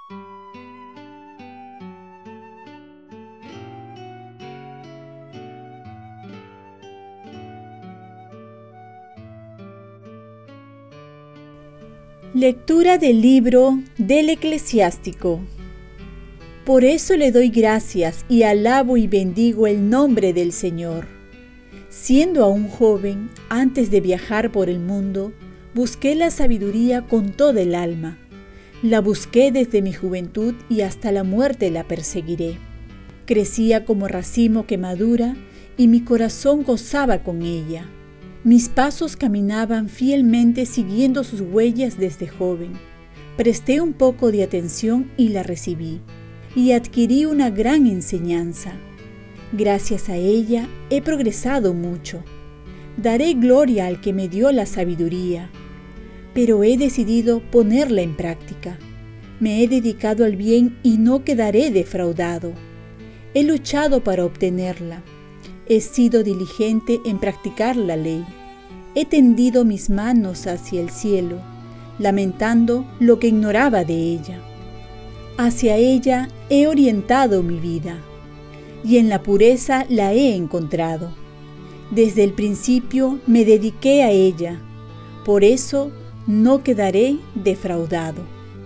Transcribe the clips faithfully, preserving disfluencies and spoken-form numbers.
Lectura del libro del Eclesiástico. Por eso le doy gracias y alabo y bendigo el nombre del Señor. Siendo aún joven, antes de viajar por el mundo, busqué la sabiduría con toda el alma. La busqué desde mi juventud y hasta la muerte la perseguiré. Crecía como racimo que madura y mi corazón gozaba con ella. Mis pasos caminaban fielmente siguiendo sus huellas desde joven. Presté un poco de atención y la recibí, y adquirí una gran enseñanza. Gracias a ella he progresado mucho. Daré gloria al que me dio la sabiduría, pero he decidido ponerla en práctica. Me he dedicado al bien y no quedaré defraudado. He luchado para obtenerla. He sido diligente en practicar la ley. He tendido mis manos hacia el cielo, lamentando lo que ignoraba de ella. Hacia ella he orientado mi vida, y en la pureza la he encontrado. Desde el principio me dediqué a ella, por eso no quedaré defraudado.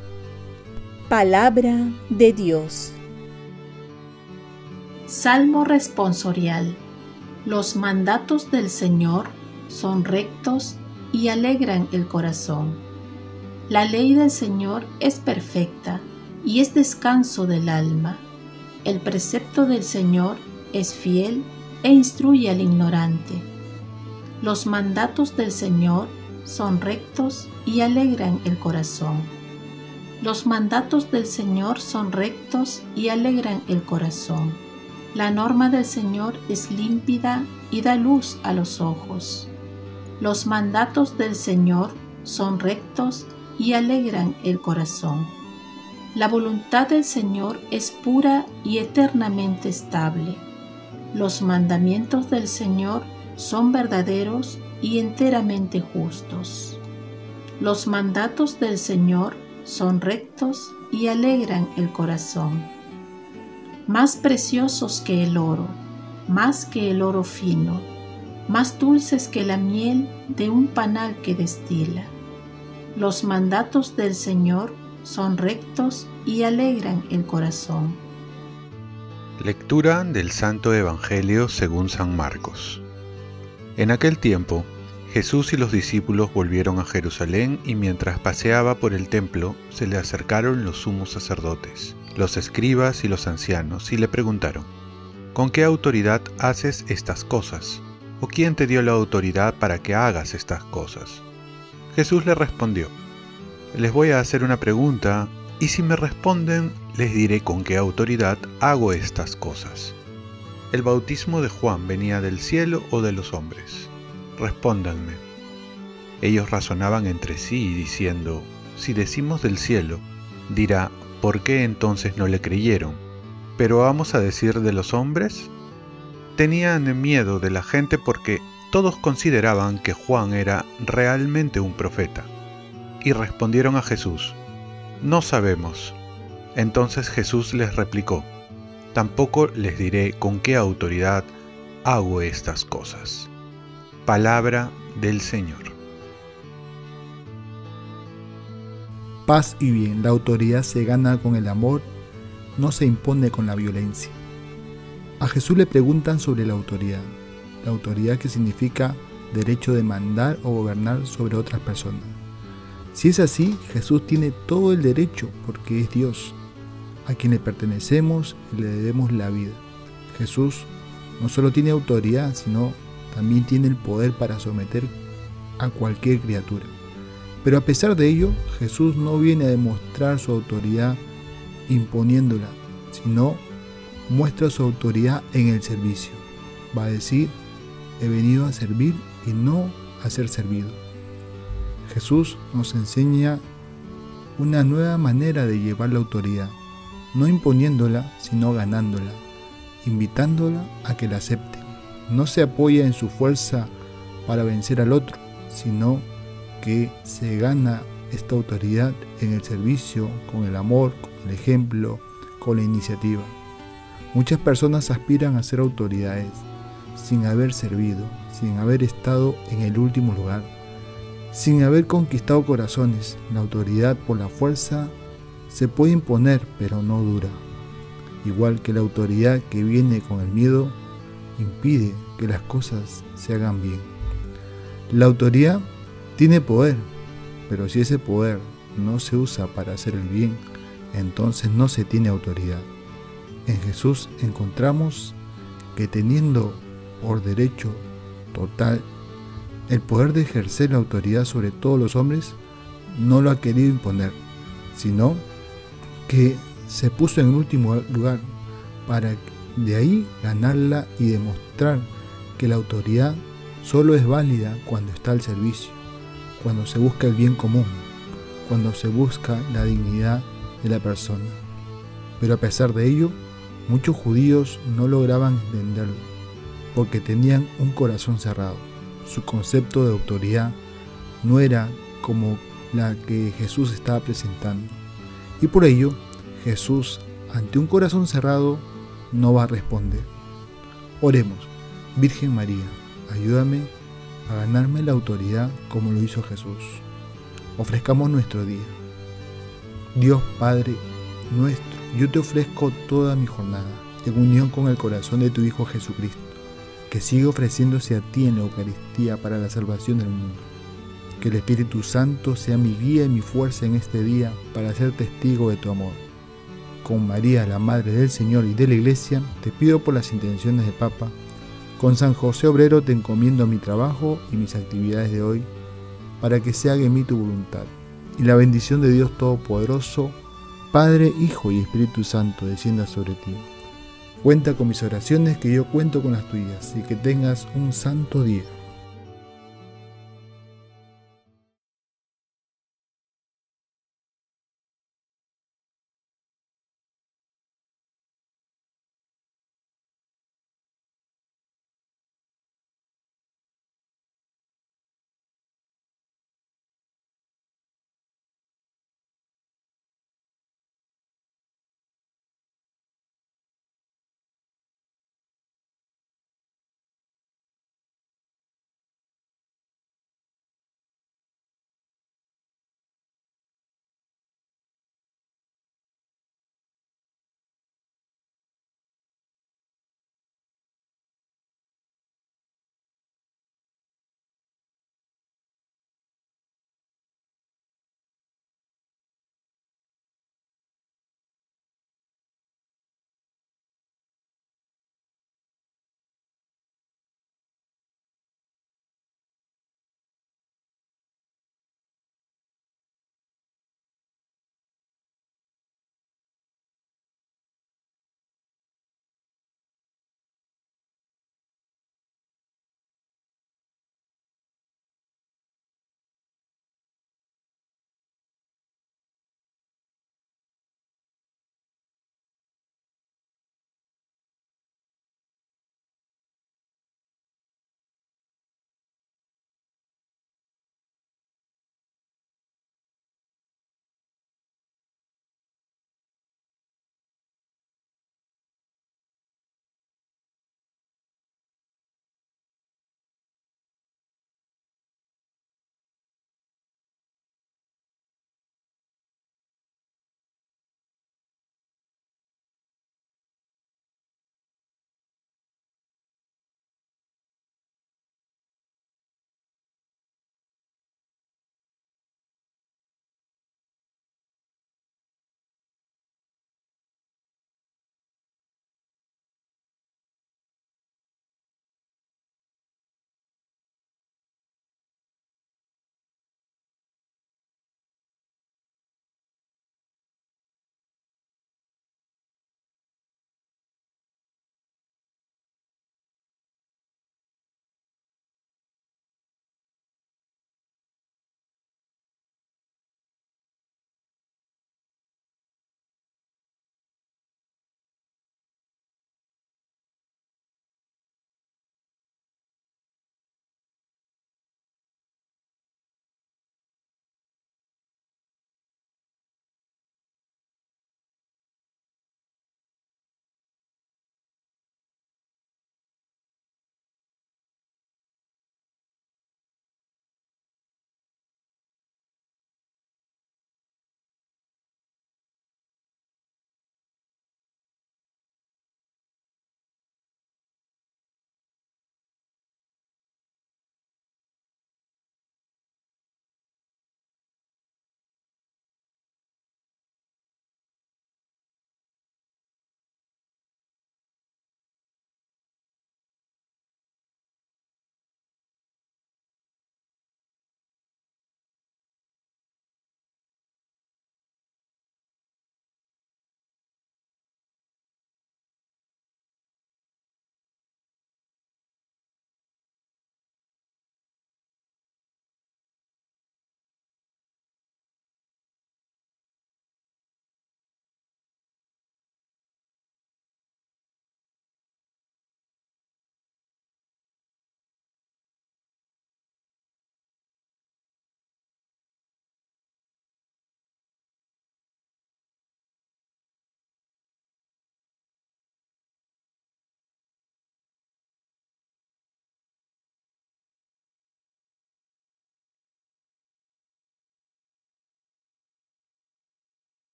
Palabra de Dios. Salmo responsorial. Los mandatos del Señor son rectos y alegran el corazón. La ley del Señor es perfecta y es descanso del alma. El precepto del Señor es fiel e instruye al ignorante. Los mandatos del Señor son rectos y alegran el corazón. Los mandatos del Señor son rectos y alegran el corazón. La norma del Señor es límpida y da luz a los ojos. Los mandatos del Señor son rectos y alegran el corazón. La voluntad del Señor es pura y eternamente estable. Los mandamientos del Señor son verdaderos y enteramente justos. Los mandatos del Señor son rectos y alegran el corazón. Más preciosos que el oro, más que el oro fino, más dulces que la miel de un panal que destila. Los mandatos del Señor son rectos y alegran el corazón. Lectura del Santo Evangelio según San Marcos. En aquel tiempo, Jesús y los discípulos volvieron a Jerusalén y mientras paseaba por el templo, se le acercaron los sumos sacerdotes, los escribas y los ancianos, y le preguntaron: ¿con qué autoridad haces estas cosas? ¿O quién te dio la autoridad para que hagas estas cosas? Jesús le respondió: les voy a hacer una pregunta, y si me responden, les diré con qué autoridad hago estas cosas. ¿El bautismo de Juan venía del cielo o de los hombres? Respóndanme. Ellos razonaban entre sí, diciendo: si decimos del cielo, dirá: ¿por qué entonces no le creyeron? ¿Pero vamos a decir de los hombres? Tenían miedo de la gente porque todos consideraban que Juan era realmente un profeta. Y respondieron a Jesús: no sabemos. Entonces Jesús les replicó: tampoco les diré con qué autoridad hago estas cosas. Palabra del Señor. Paz y bien. La autoridad se gana con el amor, no se impone con la violencia. A Jesús le preguntan sobre la autoridad. La autoridad, que significa derecho de mandar o gobernar sobre otras personas. Si es así, Jesús tiene todo el derecho porque es Dios, a quien le pertenecemos y le debemos la vida. Jesús no solo tiene autoridad, sino también tiene el poder para someter a cualquier criatura. Pero a pesar de ello, Jesús no viene a demostrar su autoridad imponiéndola, sino muestra su autoridad en el servicio. Va a decir: he venido a servir y no a ser servido. Jesús nos enseña una nueva manera de llevar la autoridad, no imponiéndola, sino ganándola, invitándola a que la acepte. No se apoya en su fuerza para vencer al otro, sino que se gana esta autoridad en el servicio, con el amor, con el ejemplo, con la iniciativa. Muchas personas aspiran a ser autoridades sin haber servido, sin haber estado en el último lugar, sin haber conquistado corazones. La autoridad por la fuerza se puede imponer, pero no dura. Igual que la autoridad que viene con el miedo, impide que las cosas se hagan bien. La autoridad tiene poder, pero si ese poder no se usa para hacer el bien, entonces no se tiene autoridad. En Jesús encontramos que teniendo por derecho total el poder de ejercer la autoridad sobre todos los hombres, no lo ha querido imponer, sino que se puso en último lugar para de ahí ganarla y demostrar que la autoridad solo es válida cuando está al servicio, cuando se busca el bien común, cuando se busca la dignidad de la persona. Pero a pesar de ello, muchos judíos no lograban entenderlo, porque tenían un corazón cerrado. Su concepto de autoridad no era como la que Jesús estaba presentando. Y por ello, Jesús, ante un corazón cerrado, no va a responder. Oremos. Virgen María, ayúdame a ganarme la autoridad como lo hizo Jesús. Ofrezcamos nuestro día. Dios Padre nuestro, yo te ofrezco toda mi jornada, en unión con el corazón de tu Hijo Jesucristo, que sigue ofreciéndose a ti en la Eucaristía para la salvación del mundo. Que el Espíritu Santo sea mi guía y mi fuerza en este día para ser testigo de tu amor. Con María, la Madre del Señor y de la Iglesia, te pido por las intenciones del Papa. Con San José Obrero te encomiendo mi trabajo y mis actividades de hoy, para que se haga en mí tu voluntad. Y la bendición de Dios Todopoderoso, Padre, Hijo y Espíritu Santo, descienda sobre ti. Cuenta con mis oraciones, que yo cuento con las tuyas, y que tengas un santo día.